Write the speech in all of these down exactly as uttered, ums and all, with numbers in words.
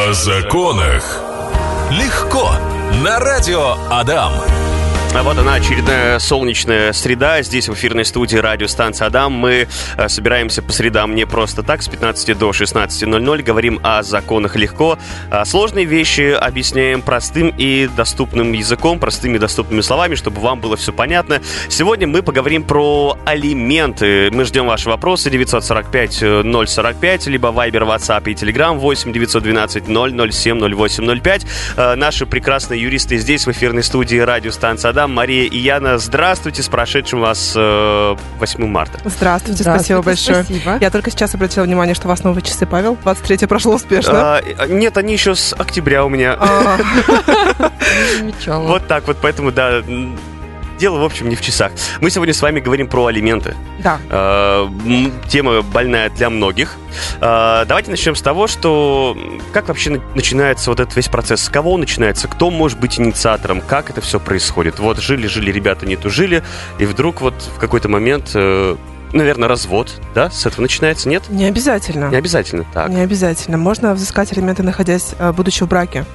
О законах легко на радио Адам. А вот она, очередная солнечная среда. Здесь в эфирной студии радиостанции Адам. Мы э, собираемся по средам не просто так, с пятнадцати до шестнадцати ноль-ноль. Говорим о законах легко. А сложные вещи объясняем простым и доступным языком, простыми и доступными словами, чтобы вам было все понятно. Сегодня мы поговорим про алименты. Мы ждем ваши вопросы. девятьсот сорок пять ноль сорок пять, либо Viber, WhatsApp и Telegram восемь девятьсот двенадцать ноль ноль семь ноль восемь ноль пять. Э, наши прекрасные юристы здесь в эфирной студии радиостанции Адам. Мария и Яна, здравствуйте, с прошедшим вас э, восьмым марта. Здравствуйте, Здравствуйте, спасибо большое. Спасибо. Я только сейчас обратила внимание, что у вас новые часы, Павел. двадцать третье прошло успешно. А, нет, они еще с октября у меня. Замечала. Вот так вот, поэтому, да, дело, в общем, не в часах. Мы сегодня с вами говорим про алименты. Да. Э, м, тема больная для многих. Э, давайте начнем с того, что как вообще на- начинается вот этот весь процесс? С кого он начинается? Кто может быть инициатором? Как это все происходит? Вот жили-жили ребята, не тужили, и вдруг вот в какой-то момент, э, наверное, развод, да? С этого начинается, нет? Не обязательно. Не обязательно, так. Не обязательно. Можно взыскать алименты, находясь, э, будучи в браке.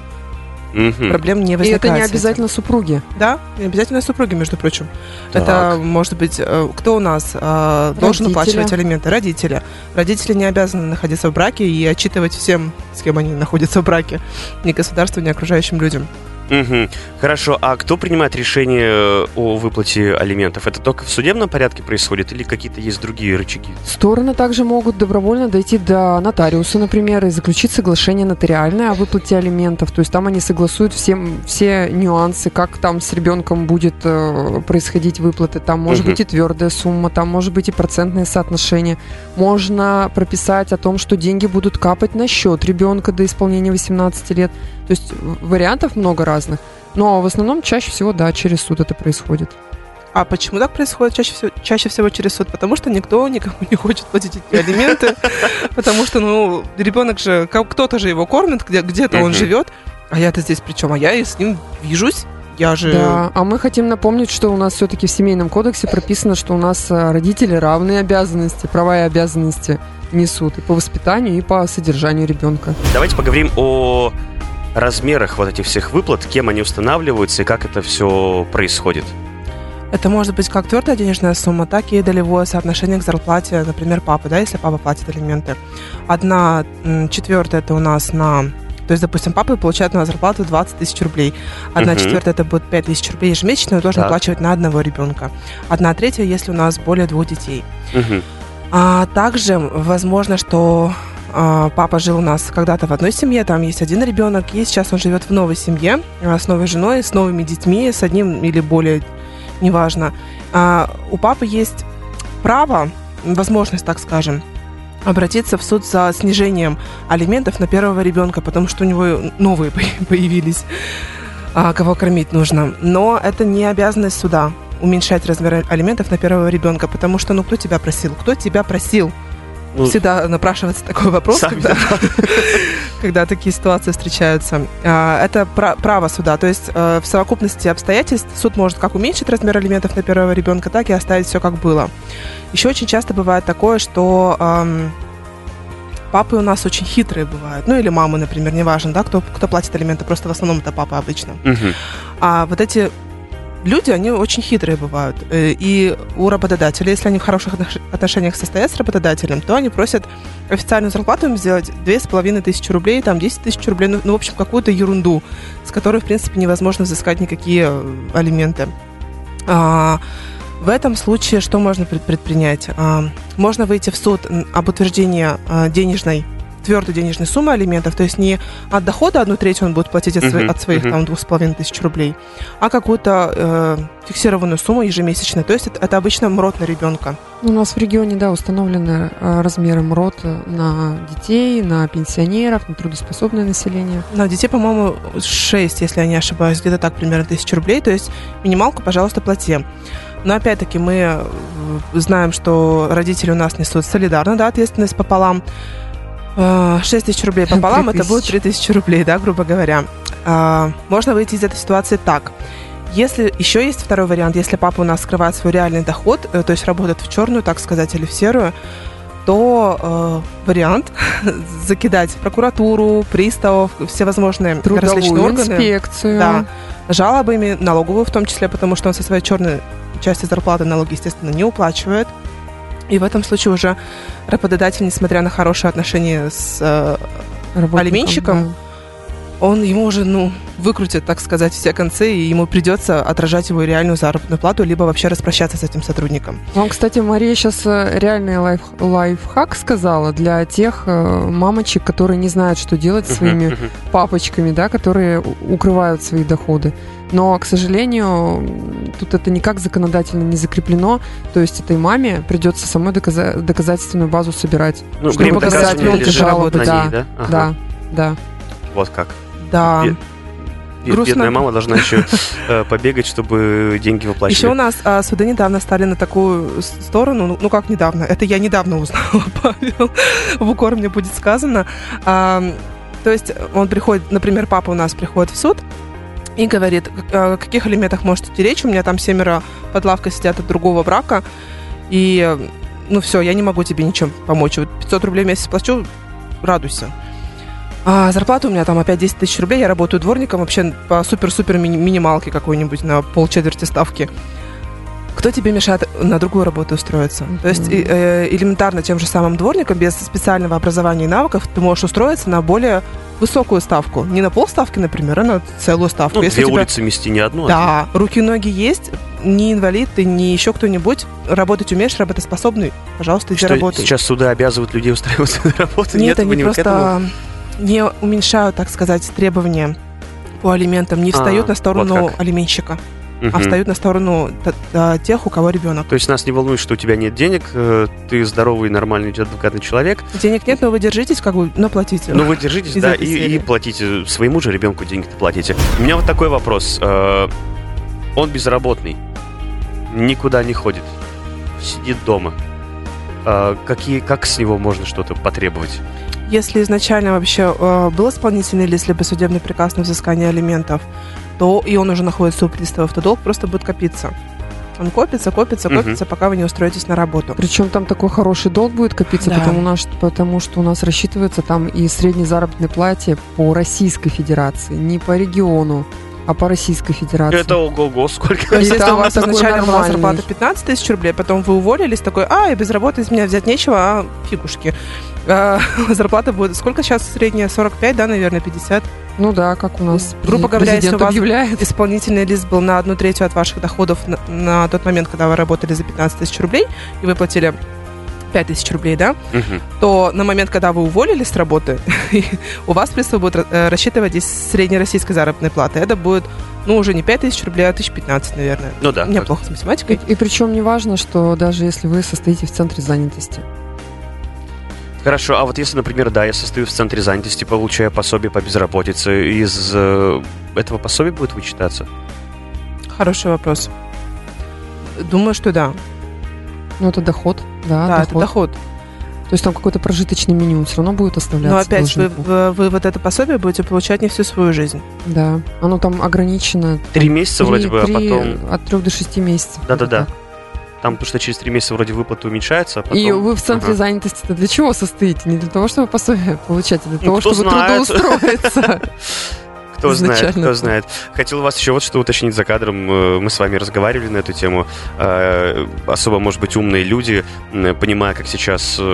Мгм. Проблем не И возникает. это не с этим. обязательно супруги. Да, не обязательно супруги, между прочим. Так. Это может быть, э, кто у нас э, должен Родители. уплачивать алименты? Родители. Родители не обязаны находиться в браке и отчитывать всем, с кем они находятся в браке. Ни государству, ни окружающим людям. Мгм. Хорошо, а кто принимает решение о выплате алиментов? Это только в судебном порядке происходит или какие-то есть другие рычаги? Стороны также могут добровольно дойти до нотариуса, например, и заключить соглашение нотариальное о выплате алиментов. То есть там они согласуют все, все нюансы, как там с ребенком будет э, происходить выплаты. Там может Мгм. быть и твердая сумма, там может быть и процентное соотношение. Можно прописать о том, что деньги будут капать на счет ребенка до исполнения восемнадцати лет. То есть в- вариантов много разных. Но в основном чаще всего, да, через суд это происходит. А почему так происходит чаще всего, чаще всего через суд? Потому что никто никому не хочет платить эти алименты. Потому что, ну, ребенок же, как- кто-то же его кормит, где- где-то он Мгм. живет. А я-то здесь при чем? А я и с ним вижусь. Я же... Да, а мы хотим напомнить, что у нас все-таки в Семейном кодексе прописано, что у нас а, родители равные обязанности, права и обязанности несут и по воспитанию, и по содержанию ребенка. Давайте поговорим о размерах вот этих всех выплат, кем они устанавливаются и как это все происходит. Это может быть как твердая денежная сумма, так и долевое соотношение к зарплате, например, папы, да, если папа платит алименты. Одна м, четвертая это у нас на... То есть, допустим, папа получает на зарплату двадцать тысяч рублей. Одна Мгм. четвертая это будет пять тысяч рублей ежемесячно, он должен Так. оплачивать на одного ребенка. Одна третья, если у нас более двух детей. Мгм. А также возможно, что а, папа жил у нас когда-то в одной семье, там есть один ребенок, и сейчас он живет в новой семье, а, с новой женой, с новыми детьми, с одним или более, неважно. А, у папы есть право, возможность, так скажем, обратиться в суд за снижением алиментов на первого ребенка, потому что у него новые появились, а, кого кормить нужно. Но это не обязанность суда уменьшать размер алиментов на первого ребенка, потому что, ну, кто тебя просил? Кто тебя просил? Ну, Всегда напрашивается такой вопрос, сами когда, когда такие ситуации встречаются. А, Это пра- право суда. То есть э, в совокупности обстоятельств суд может как уменьшить размер алиментов на первого ребенка, так и оставить все как было. Еще очень часто бывает такое, что эм, папы у нас очень хитрые бывают. Ну или мамы, например, неважно, да, кто, кто платит алименты, просто в основном это папа обычно. мгм. А вот эти люди, они очень хитрые бывают. Э, И у работодателя, если они в хороших отнош- отношениях состоят с работодателем, то они просят официальную зарплату им сделать две с половиной тысячи рублей, там десять тысяч рублей, ну, ну, в общем, какую-то ерунду, с которой, в принципе, невозможно взыскать никакие э, алименты. А, В этом случае что можно пред- предпринять? А, Можно выйти в суд м, об утверждении а, денежной твердой денежной суммы алиментов, то есть не от дохода одну треть он будет платить от, свои- Мгм, от своих мгм. там двух с половиной тысяч рублей, а какую-то э, фиксированную сумму ежемесячно. То есть это, это обычно МРОТ на ребенка. У нас в регионе, да, установлены а, размеры МРОТ на детей, на пенсионеров, на трудоспособное население. На детей, по-моему, шесть, если я не ошибаюсь, где-то так примерно тысяча рублей. То есть минималку, пожалуйста, плати. Но опять-таки мы э, знаем, что родители у нас несут солидарно, да, ответственность пополам. шесть тысяч рублей пополам, это будет три тысячи рублей, да, грубо говоря. А, Можно выйти из этой ситуации так. Если еще есть второй вариант, если папа у нас скрывает свой реальный доход, э, то есть работает в черную, так сказать, или в серую, то э, вариант закидать прокуратуру, приставов, всевозможные различные Трудовую органы. инспекцию. Да, жалобами, налоговую в том числе, потому что он со своей черной части зарплаты налоги, естественно, не уплачивает. И в этом случае уже работодатель, несмотря на хорошие отношения с э, алименщиком, да. он ему уже, ну, выкрутит, так сказать, все концы, и ему придется отражать его реальную заработную плату, либо вообще распрощаться с этим сотрудником. Вам, кстати, Мария сейчас реальный лайф, лайфхак сказала для тех э, мамочек, которые не знают, что делать со своими папочками, да, которые укрывают свои доходы. Но, к сожалению, тут это никак законодательно не закреплено. То есть этой маме придется самой доказа- доказательственную базу собирать. Ну, чтобы время доказать доказательства пункты лежит жалобы. на Да, ней, да? Ага. да, да. Вот как. Да. Бе- бе- Грустно. Бедная мама должна еще э, побегать, чтобы деньги выплачивали. Еще у нас а, суды недавно стали на такую с- сторону, ну, ну как недавно, это я недавно узнала, Павел, в укор мне будет сказано. А, то есть он приходит, например, папа у нас приходит в суд и говорит, о каких алиментах может идти речь, у меня там семеро под лавкой сидят от другого брака, и ну все, я не могу тебе ничем помочь. Вот пятьсот рублей в месяц плачу, радуйся. А зарплата у меня там опять десять тысяч рублей, я работаю дворником вообще по супер-супер мини- минималке какой-нибудь на полчетверти ставки. Кто тебе мешает на другую работу устроиться? Mm-hmm. То есть э, элементарно тем же самым дворником, без специального образования и навыков, ты можешь устроиться на более высокую ставку. Не на полставки, например, а на целую ставку. Ну, Если две у тебя... улицы вмести, не одну. Да, руки и ноги есть, не инвалид, ты не еще кто-нибудь, работать умеешь, работоспособный, пожалуйста, иди Что, работай. сейчас суды обязывают людей устраиваться на работу? Нет, вы они не к этому? просто не уменьшают, так сказать, требования по алиментам, не встают А, на сторону вот как. алименщика, Мгм. а встают на сторону т- т- тех, у кого ребенок. То есть нас не волнует, что у тебя нет денег, э, ты здоровый, нормальный, адвокатный человек, Денег нет, но вы держитесь, как бы, но платите. но вы держитесь, Из да, этой и, серии. и платите своему же ребенку деньги-то платите. У меня вот такой вопрос. Э, Он безработный, никуда не ходит, сидит дома. Э, Какие, как с него можно что-то потребовать? Если изначально вообще э, был исполнительный лист, либо судебный приказ на взыскание алиментов, то и он уже находится у приставов, то долг просто будет копиться. Он копится, копится, Мгм. копится, пока вы не устроитесь на работу. Причем там такой хороший долг будет копиться, Да. потому, наш- потому что у нас рассчитывается там и средней заработной плате по Российской Федерации, не по региону, а по Российской Федерации. Это ого-го, сколько? То есть, Это если у вас такой изначально была нормальный. зарплата пятнадцать тысяч рублей, потом вы уволились, такой, а, я без работы, из меня взять нечего, а фигушки. А, зарплата будет, сколько сейчас средняя? сорок пять, да, наверное, пятьдесят? Ну да, как у нас Грубо прези- говоря, если президент у вас объявляет. Исполнительный лист был на одну третью от ваших доходов на, на тот момент, когда вы работали за пятнадцать тысяч рублей, и вы платили пять тысяч рублей, да, Мгм. то на момент, когда вы уволились с работы, у вас пристав будет э, рассчитывать из среднероссийской заработной платы. Это будет, ну, уже не пять тысяч рублей, а тысяч пятнадцать, наверное. Ну да. У меня так. плохо с математикой. И, и причем не важно, что даже если вы состоите в центре занятости. Хорошо, а вот если, например, да, я состою в центре занятости, получаю пособие по безработице, из э, этого пособия будет вычитаться? Хороший вопрос. Думаю, что да. Ну, это доход, да, Да, доход. это доход. То есть там какой-то прожиточный минимум все равно будет оставляться. Но опять вы, должнику. вы, вы вот это пособие будете получать не всю свою жизнь. Да, оно там ограничено. Три там, месяца три- вроде бы, а три- потом... От трех до шести месяцев. Да-да-да. Вот так. Там, потому что через три месяца вроде выплата уменьшается, а потом... И вы в центре Ага. занятости-то для чего состоите? Не для того, чтобы пособие получать, а для Ну, того, кто чтобы знает. трудоустроиться. Кто знает, изначально. кто знает. Хотел вас еще вот что уточнить за кадром. Э, Мы с вами разговаривали на эту тему. Э, Особо, может быть, умные люди, м, понимая, как сейчас э,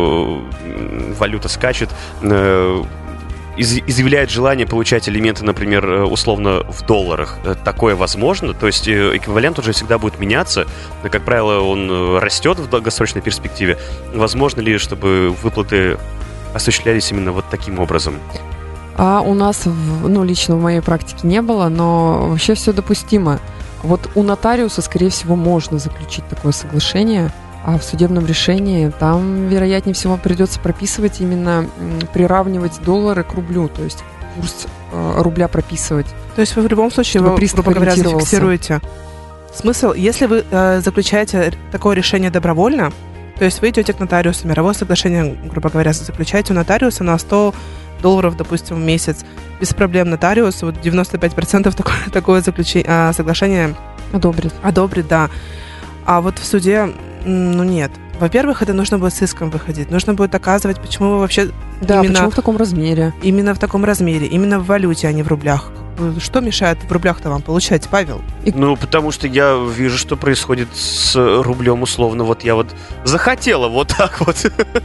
м, валюта скачет, э, из- изъявляют желание получать элементы, например, э, условно в долларах. Э, Такое возможно? То есть э, эквивалент уже всегда будет меняться. Но, как правило, он э, растет в долгосрочной перспективе. Возможно ли, чтобы выплаты осуществлялись именно вот таким образом? А у нас, в- ну, лично в моей практике не было, но вообще все допустимо. Вот у нотариуса, скорее всего, можно заключить такое соглашение, а в судебном решении там, вероятнее всего, придется прописывать именно, м, приравнивать доллары к рублю, то есть курс э, рубля прописывать. То есть вы в любом случае, Чтобы вы, пристав грубо говоря, ориентировался. зафиксируете. Смысл, если вы э, заключаете такое решение добровольно, то есть вы идете к нотариусу, мировое соглашение, грубо говоря, заключаете у нотариуса на сто долларов, допустим, в месяц, без проблем нотариус, вот девяносто пять процентов такое, такое заключение, а, соглашение Одобрит. одобрит, да. А вот в суде, м, ну нет. Во-первых, это нужно будет с иском выходить. Нужно будет доказывать, почему вы вообще Да, именно, почему в таком размере? именно в таком размере, именно в валюте, а не в рублях. Что мешает в рублях-то вам получать, Павел? Ну, потому что я вижу, что происходит с рублем условно. Вот я вот захотела вот так вот.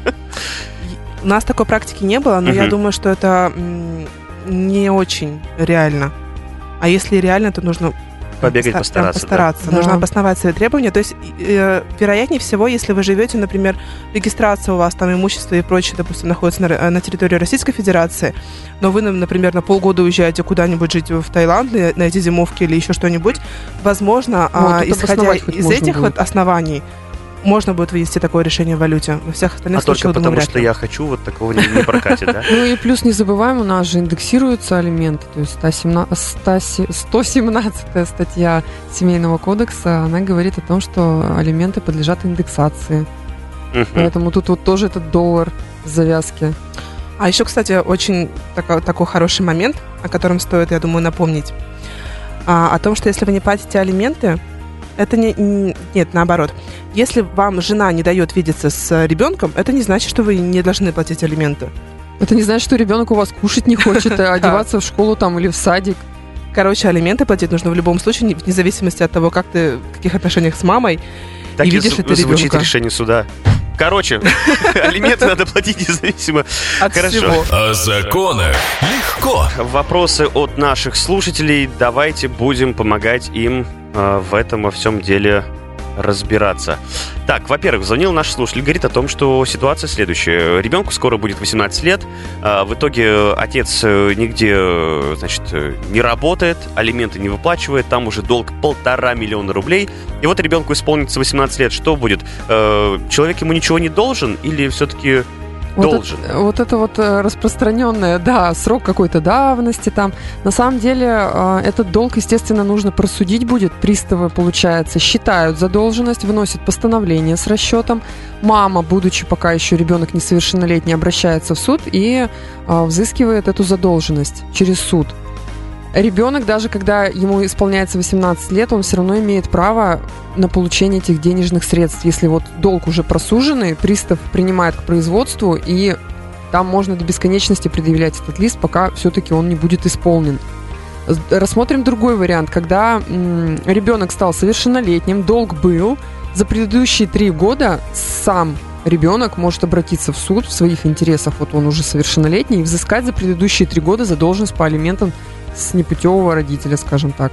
У нас такой практики не было, но Мгм. я думаю, что это м, не очень реально. А если реально, то нужно Побегать, поста- постараться, да. постараться. Да. Нужно обосновать свои требования. То есть, э, вероятнее всего, если вы живете, например, регистрация у вас, там имущество и прочее, допустим, находится на, Ро- на территории Российской Федерации, но вы, нам, например, на полгода уезжаете куда-нибудь жить в Таиланд на, на эти зимовки или еще что-нибудь, возможно, Вот, а, тут исходя обосновать хоть из можно этих будет. вот оснований, можно будет вынести такое решение в валюте. Во всех остальных А только случаях, думаю, потому, вряд что ли. я хочу, вот такого не, не прокатит, да? Ну и плюс не забываем, у нас же индексируются алименты, то есть сто семнадцатая, сто семнадцатая статья Семейного кодекса, она говорит о том, что алименты подлежат индексации. Мгм. Поэтому тут вот тоже этот доллар в завязке. А еще, кстати, очень тако- такой хороший момент, о котором стоит, я думаю, напомнить. А, о том, что если вы не платите алименты, это не... н- Нет, наоборот. Если вам жена не дает видеться с ребенком, это не значит, что вы не должны платить алименты. Это не значит, что ребенок у вас кушать не хочет, а одеваться в школу там или в садик. Короче, алименты платить нужно в любом случае, не- вне зависимости от того, как ты, в каких отношениях с мамой. Так И и видишь зв- ли ты звучит ребенка? решение суда. Короче, алименты надо платить независимо. От Хорошо. всего. О законах легко. Вопросы от наших слушателей. Давайте будем помогать им э, в этом во всем деле разбираться. Так, во-первых, звонил наш слушатель, говорит о том, что ситуация следующая. Ребенку скоро будет восемнадцать лет. а, В итоге отец э, нигде, э, значит, э, не работает, алименты не выплачивает, там уже долг полтора миллиона рублей. И вот ребенку исполнится восемнадцать лет. Что будет? Э, Человек ему ничего не должен или все-таки Вот должен? это, вот это вот э, распространенное, да, срок какой-то давности там. На самом деле э, этот долг, естественно, нужно просудить будет. Приставы, получается, считают задолженность, выносят постановление с расчетом. Мама, будучи пока еще ребенок несовершеннолетний, обращается в суд и э, взыскивает эту задолженность через суд. Ребенок, даже когда ему исполняется восемнадцать лет, он все равно имеет право на получение этих денежных средств. Если вот долг уже просуженный, пристав принимает к производству, и там можно до бесконечности предъявлять этот лист, пока все-таки он не будет исполнен. С- Рассмотрим другой вариант, когда м, ребенок стал совершеннолетним, долг был, за предыдущие три года сам ребенок может обратиться в суд в своих интересах, вот он уже совершеннолетний, и взыскать за предыдущие три года задолженность по алиментам с непутевого родителя, скажем так.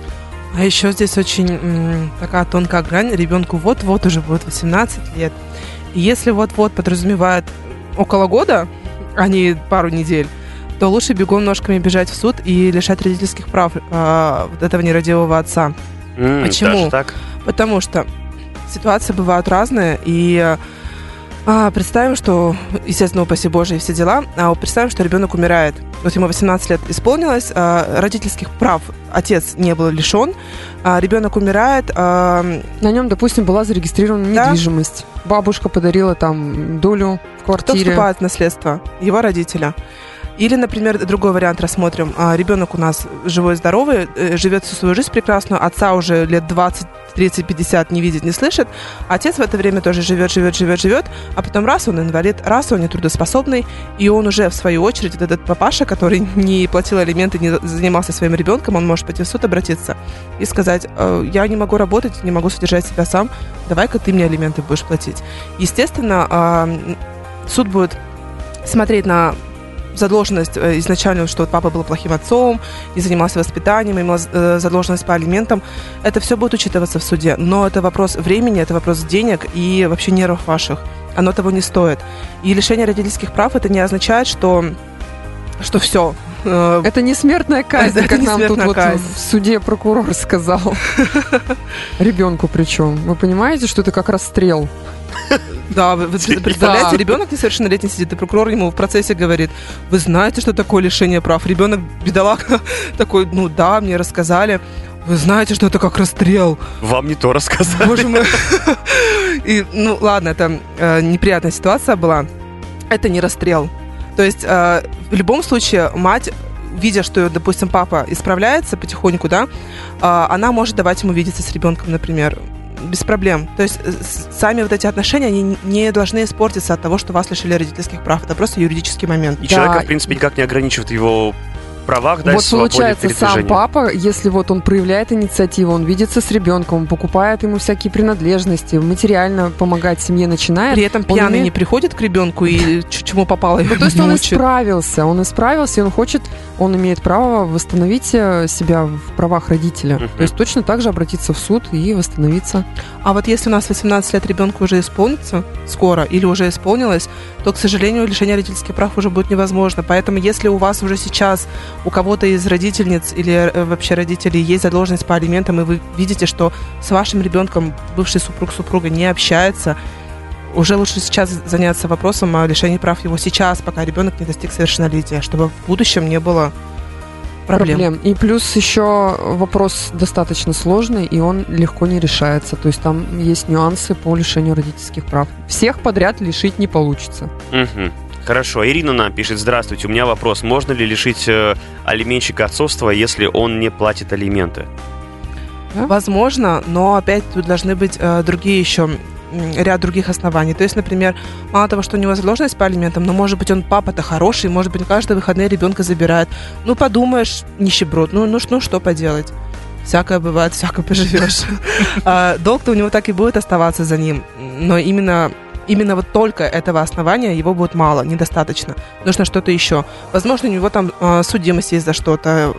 А еще здесь очень м, такая тонкая грань. Ребенку вот-вот уже будет восемнадцать лет. И если вот-вот подразумевает около года, а не пару недель, то лучше бегом ножками бежать в суд и лишать родительских прав а, вот этого нерадивого отца. М, Почему? даже так? Потому что ситуации бывают разные, и а, представим, что, естественно, упаси Боже и все дела, а представим, что ребенок умирает. Вот ему восемнадцать лет исполнилось, а, родительских прав отец не был лишен, а, ребенок умирает, а, На нем, допустим, была зарегистрирована Да. недвижимость. Бабушка подарила там долю в кто квартире. вступает в наследство? Его родителя. Или, например, другой вариант рассмотрим. А, Ребенок у нас живой, здоровый, э, живет всю свою жизнь прекрасную, отца уже лет двадцать, тридцать, пятьдесят не видит, не слышит. Отец в это время тоже живет, живет, живет, живет, а потом раз он инвалид, раз он нетрудоспособный, и он уже, в свою очередь, вот этот папаша, который не платил алименты, не занимался своим ребенком, он может пойти в суд, обратиться и сказать: «Э, я не могу работать, не могу содержать себя сам, давай-ка ты мне алименты будешь платить». Естественно, а, суд будет смотреть на задолженность э, изначально, что вот папа был плохим отцом, не занимался воспитанием, имел э, задолженность по алиментам. Это все будет учитываться в суде. Но это вопрос времени, это вопрос денег и вообще нервов ваших. Оно того не стоит. И лишение родительских прав — это не означает, что, что все. Это не смертная казнь, Это как не нам тут смертная вот казнь. в суде прокурор сказал. Ребенку причем. Вы понимаете, что это как расстрел? Да, вы, вы представляете, Да. ребенок несовершеннолетний сидит, и прокурор ему в процессе говорит: вы знаете, что такое лишение прав? Ребенок, бедолага, такой: ну да, мне рассказали. Вы знаете, что это как расстрел? Вам не то рассказали. Боже мой. И, ну, ладно, это э, неприятная ситуация была. Это не расстрел. То есть, э, в любом случае, мать, видя, что, допустим, папа исправляется потихоньку, да, э, она может давать ему видеться с ребенком, например. без проблем. То есть сами вот эти отношения, они не должны испортиться от того, что вас лишили родительских прав. Это просто юридический момент. И да. человека, в принципе, никак не ограничивает его правах, да, вот получается, сам папа, если вот он проявляет инициативу, он видится с ребенком, он покупает ему всякие принадлежности, материально помогать семье начинает. При этом пьяный имеет... не приходит к ребенку и чему попало его. Ну, то есть он исправился, он исправился, и он хочет, он имеет право восстановить себя в правах родителя. Uh-huh. То есть точно так же обратиться в суд и восстановиться. А вот если у нас восемнадцать лет ребенку уже исполнится скоро или уже исполнилось, то, к сожалению, лишение родительских прав уже будет невозможно. Поэтому если у вас уже сейчас у кого-то из родительниц или вообще родителей есть задолженность по алиментам, и вы видите, что с вашим ребенком бывший супруг-супруга не общается, уже лучше сейчас заняться вопросом о лишении прав его сейчас, пока ребенок не достиг совершеннолетия, чтобы в будущем не было проблем. проблем. И плюс еще вопрос достаточно сложный, и он легко не решается. То есть там есть нюансы по лишению родительских прав. Всех подряд лишить не получится. Угу. Хорошо. Ирина нам пишет: здравствуйте, у меня вопрос. Можно ли лишить э, алименщика отцовства, если он не платит алименты? Да? Возможно, но опять тут должны быть э, другие еще, ряд других оснований. То есть, например, мало того, что у него задолженность по алиментам, но, может быть, он папа-то хороший, может быть, каждые выходные ребенка забирает. Ну, подумаешь, нищеброд, ну, ну, ну что поделать? Всякое бывает, всякое поживешь. Долг-то у него так и будет оставаться за ним, но именно... Именно вот только этого основания его будет мало, недостаточно. Нужно что-то еще. Возможно, у него там э, судимость есть за что-то,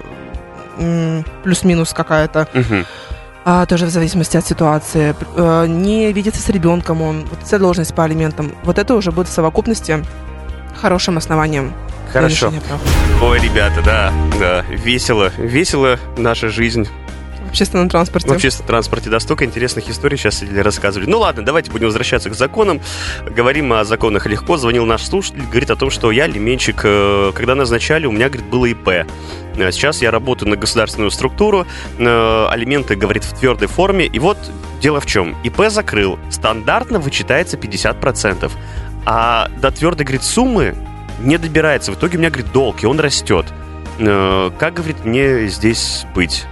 э, плюс-минус какая-то, uh-huh. э, тоже в зависимости от ситуации. Э, не видится с ребенком он, вот задолженность по алиментам. Вот это уже будет в совокупности хорошим основанием. Хорошо. Ой, ребята, да, да, весело, весело наша жизнь. В общественном транспорте. В общественном транспорте, да, столько интересных историй сейчас сидели, рассказывали. Ну ладно, давайте будем возвращаться к законам. Говорим о законах легко. Звонил наш слушатель, говорит о том, что я алименщик. Когда назначали, у меня, говорит, было ИП. Сейчас я работаю на государственную структуру. Алименты, говорит, в твердой форме. И вот дело в чем. ИП закрыл. Стандартно вычитается пятьдесят процентов. А до твердой, говорит, суммы не добирается. В итоге у меня, говорит, долг, и он растет. Как, говорит, мне здесь быть?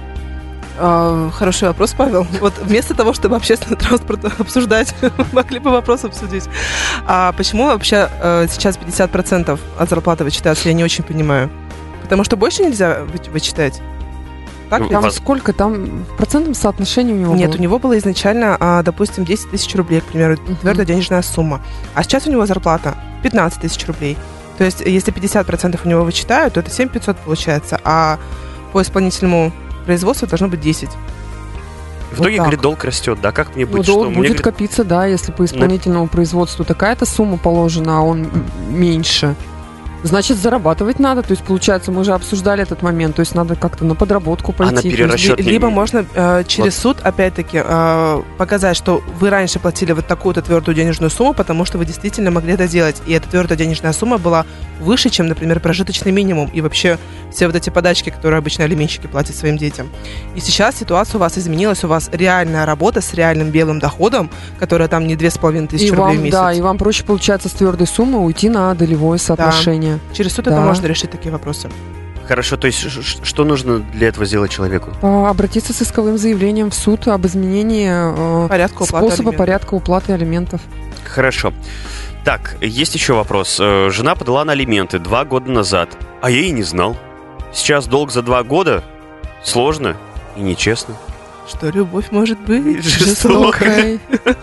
Хороший вопрос, Павел. Вот вместо того, чтобы общественный транспорт обсуждать, могли бы вопрос обсудить. А почему вообще сейчас пятьдесят процентов от зарплаты вычитаются, я не очень понимаю. Потому что больше нельзя вычитать? Так, там вас... сколько? Там в процентном соотношении у него Нет, было? у него было изначально, допустим, десять тысяч рублей, к примеру, uh-huh. твердая денежная сумма. А сейчас у него зарплата пятнадцать тысяч рублей. То есть, если пятьдесят процентов у него вычитают, то это семь тысяч пятьсот получается. А по исполнительному производство должно быть десять. В итоге, вот говорит, долг растет, да? Как мне быть? Ну, что? долг Мне, будет говорит... копиться, да, если по исполнительному да. производству такая-то сумма положена, а он меньше. Значит, зарабатывать надо. То есть, получается, мы уже обсуждали этот момент. То есть, надо как-то на подработку пойти. А на перерасчет есть, либо можно э, через вот. суд, опять-таки, э, показать, что вы раньше платили вот такую-то твердую денежную сумму, потому что вы действительно могли это делать. И эта твердая денежная сумма была выше, чем, например, прожиточный минимум. И вообще все вот эти подачки, которые обычно алименщики платят своим детям. И сейчас ситуация у вас изменилась. У вас реальная работа с реальным белым доходом, которая там не две с половиной тысячи рублей вам, в месяц. Да, и вам проще, получается, с твердой суммы уйти на долевое соотношение. Да. Через суд да. это можно решить такие вопросы. Хорошо, то есть что нужно для этого сделать человеку? Обратиться с исковым заявлением в суд об изменении порядка способа алиментов. порядка уплаты алиментов. Хорошо. Так, есть еще вопрос. Жена подала на алименты два года назад, а я и не знал. Сейчас долг за два года сложно и нечестно. Что любовь может быть жестокой.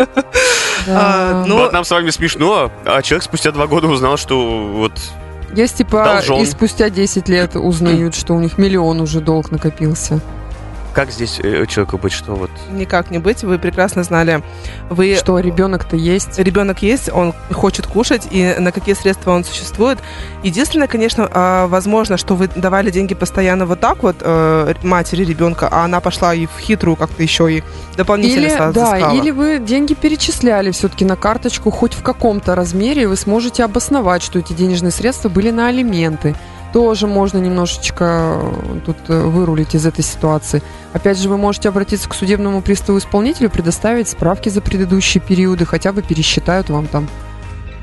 Да. Вот нам с вами смешно, а человек спустя два года узнал, что вот... Есть типа должен. И спустя десять лет узнают, что у них миллион уже долг накопился. Как здесь э, человеку быть, что вот... Никак не быть, вы прекрасно знали. Вы... Что ребенок-то есть. Ребенок есть, он хочет кушать, и на какие средства он существует. Единственное, конечно, возможно, что вы давали деньги постоянно вот так вот матери ребенка, а она пошла и в хитрую как-то еще и дополнительно или, взыскала. Да, или вы деньги перечисляли все-таки на карточку хоть в каком-то размере, и вы сможете обосновать, что эти денежные средства были на алименты. Тоже можно немножечко тут вырулить из этой ситуации. Опять же, вы можете обратиться к судебному приставу-исполнителю, предоставить справки за предыдущие периоды, хотя бы пересчитают вам там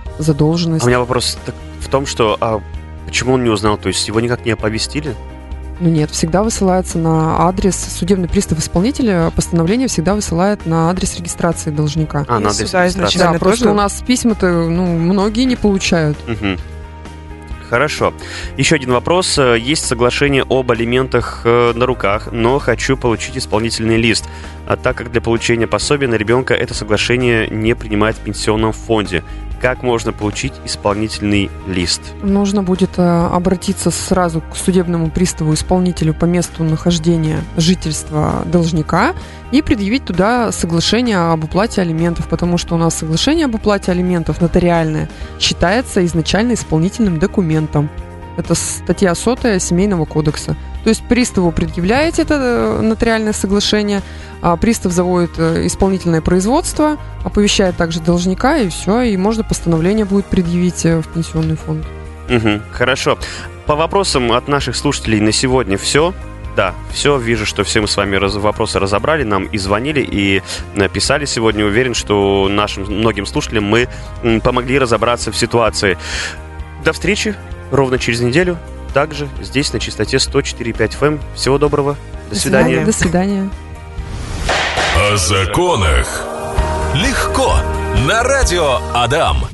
задолженность. А у меня вопрос в том, что а почему он не узнал? То есть его никак не оповестили? Ну нет, всегда высылается на адрес, судебный пристав исполнителя постановление всегда высылает на адрес регистрации должника. А, на адрес регистрации. Да, просто у нас письма-то, ну, многие не получают. Угу. Хорошо. Еще один вопрос. Есть соглашение об алиментах на руках, но хочу получить исполнительный лист. А так как для получения пособия на ребенка это соглашение не принимает в пенсионном фонде, как можно получить исполнительный лист? Нужно будет обратиться сразу к судебному приставу, исполнителю по месту нахождения жительства должника и предъявить туда соглашение об уплате алиментов, потому что у нас соглашение об уплате алиментов нотариальное считается изначально исполнительным документом. Это статья сотая Семейного кодекса. То есть приставу предъявляете это нотариальное соглашение, а пристав заводит исполнительное производство, оповещает также должника, и все, и можно постановление будет предъявить в пенсионный фонд. Угу, хорошо. По вопросам от наших слушателей на сегодня все. Да, все, вижу, что все мы с вами раз, вопросы разобрали, нам и звонили, и написали сегодня. Уверен, что нашим многим слушателям мы помогли разобраться в ситуации. До встречи ровно через неделю, также здесь на частоте сто четыре и пять эф эм. Всего доброго, до, до свидания. До свидания. О законах легко на радио Адам.